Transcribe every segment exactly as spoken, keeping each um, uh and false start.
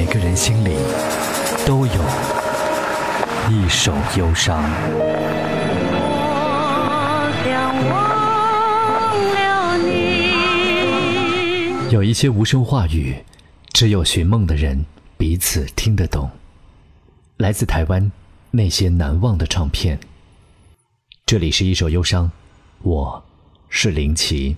个人心里都有一首忧伤。 我想忘了你。 有一些无声话语，只有寻梦的人彼此听得懂。来自台湾那些难忘的唱片。这里是一首忧伤，我是林奇。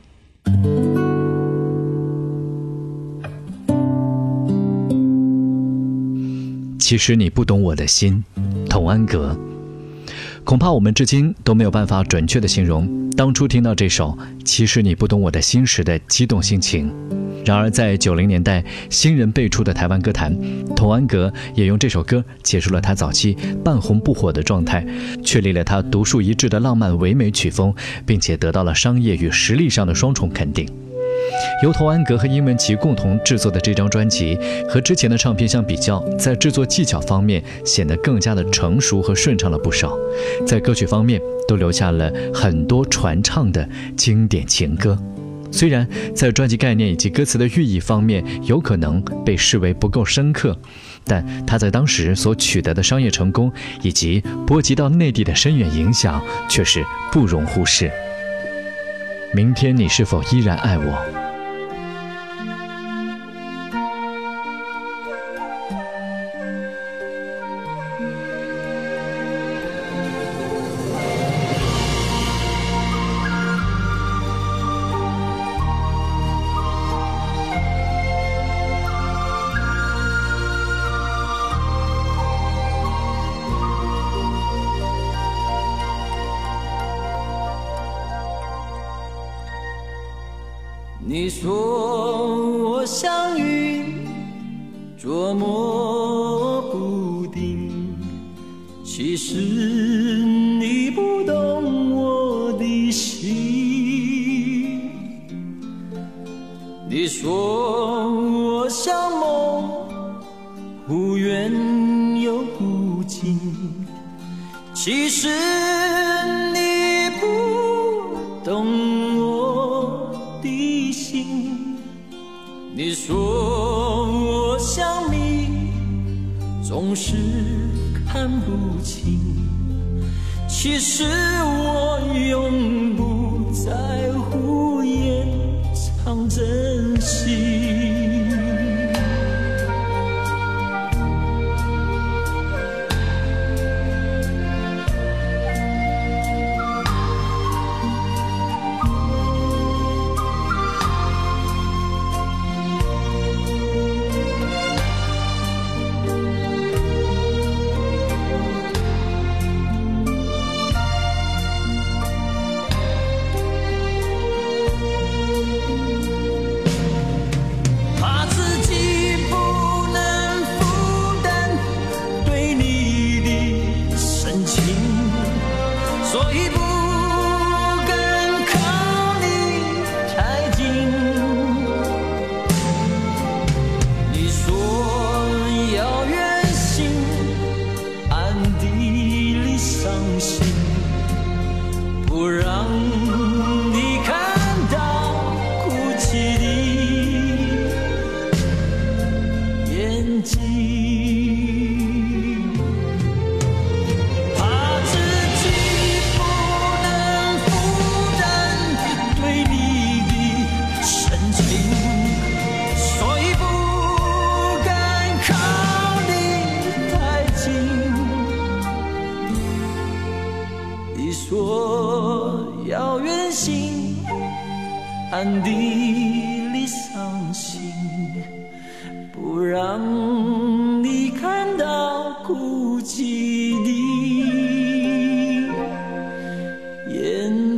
其实你不懂我的心，童安格。恐怕我们至今都没有办法准确地形容当初听到这首其实你不懂我的心时的激动心情。然而在九零年代新人辈出的台湾歌坛，童安格也用这首歌结束了他早期半红不火的状态，确立了他独树一帜的浪漫唯美曲风，并且得到了商业与实力上的双重肯定。由童安格和殷文琪共同制作的这张专辑，和之前的唱片相比较，在制作技巧方面显得更加的成熟和顺畅了不少，在歌曲方面都留下了很多传唱的经典情歌。虽然在专辑概念以及歌词的寓意方面有可能被视为不够深刻，但他在当时所取得的商业成功以及波及到内地的深远影响却是不容忽视。明天你是否依然爱我？ 你说我像云捉摸不定，其实你不懂我的心。你说我像梦忽远又忽近，其实你不懂我的心。你说我像谜，总是看不清，其实我永不在乎掩藏真心。暗地里伤心，不让你看到哭泣的眼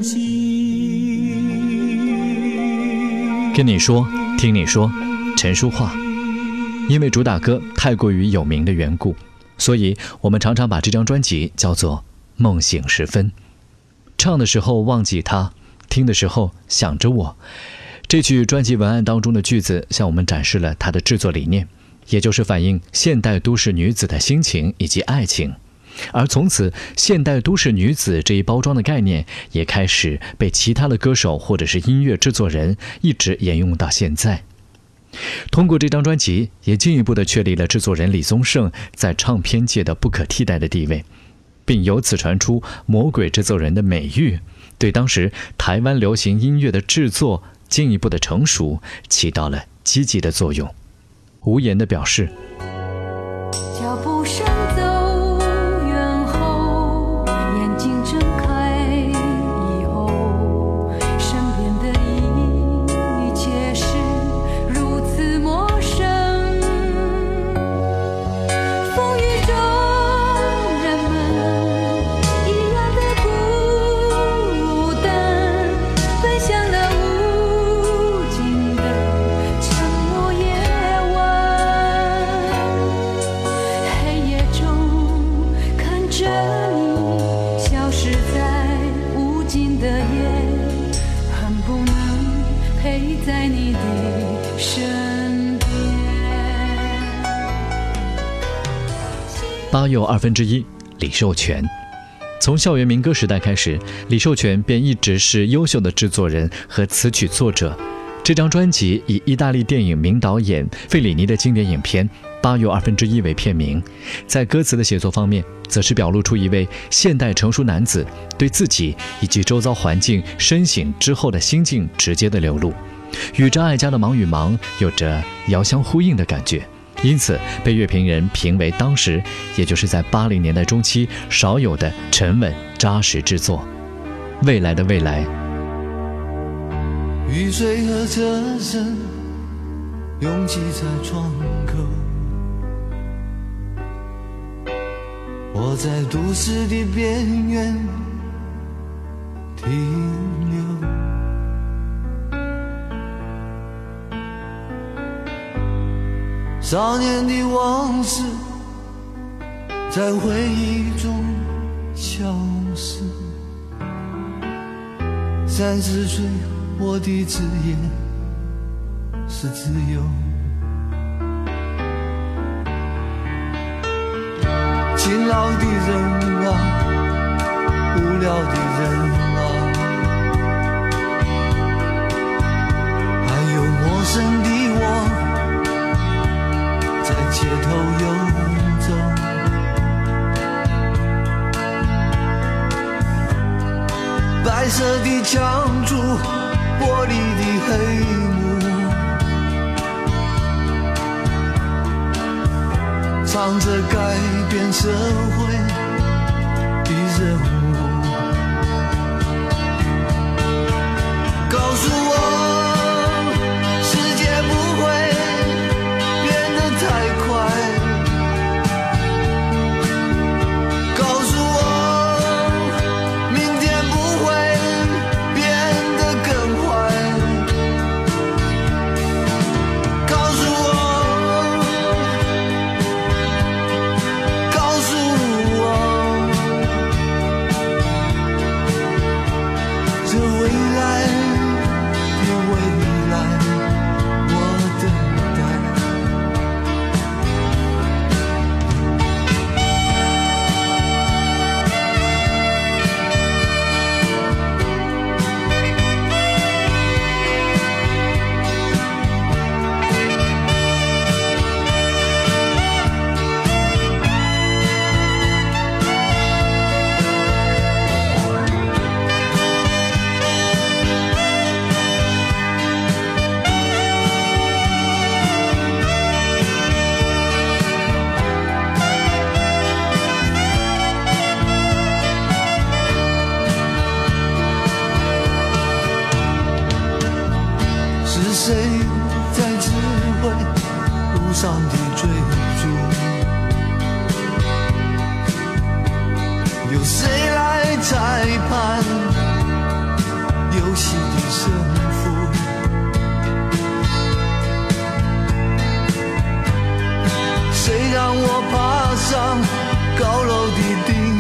睛。 跟你说，听你说，陈淑桦。因为主打歌太过于有名的缘故，所以我们常常把这张专辑叫做梦醒时分。唱的时候忘记他，听的时候想着我。这句专辑文案当中的句子向我们展示了它的制作理念，也就是反映现代都市女子的心情以及爱情。而从此，现代都市女子这一包装的概念也开始被其他的歌手或者是音乐制作人一直沿用到现在。 通过这张专辑，也进一步的确立了制作人李宗盛在唱片界的不可替代的地位，并由此传出魔鬼制作人的美誉，对当时台湾流行音乐的制作进一步的成熟起到了积极的作用。无言的表示， 脚步声走远后，眼睛睁开以后，身边的一切是如此陌生。风雨中人们一样的孤单，奔向了无尽的沉默夜晚。黑夜中看着你消失在无尽的夜，恨不能陪在你的身边。 八又二分之一，李寿全。从校园民歌时代开始，李寿全便一直是优秀的制作人和词曲作者。这张专辑以意大利电影名导演费里尼的经典影片《八又二分之一》为片名，在歌词的写作方面，则是表露出一位现代成熟男子对自己以及周遭环境深省之后的心境直接的流露，与张艾嘉的《忙与盲》有着遥相呼应的感觉，因此被乐评人评为当时，也就是在八零年代中期少有的沉稳扎实之作。未来的未来， 雨水和车声拥挤在窗口，我在都市的边缘停留，少年的往事在回忆中消失，三十岁我的职业是自由，勤劳的人啊，无聊的人啊，还有陌生的我在街头游走，白色的墙柱，玻璃的黑幕，唱着改变社会的任务，告诉我世界不会变得太快，告诉我明天不会变得更坏，告诉我告诉我这未来的未来我等待。是谁在指挥路上的追逐？由谁来裁判游戏的胜负？谁让我爬上高楼的顶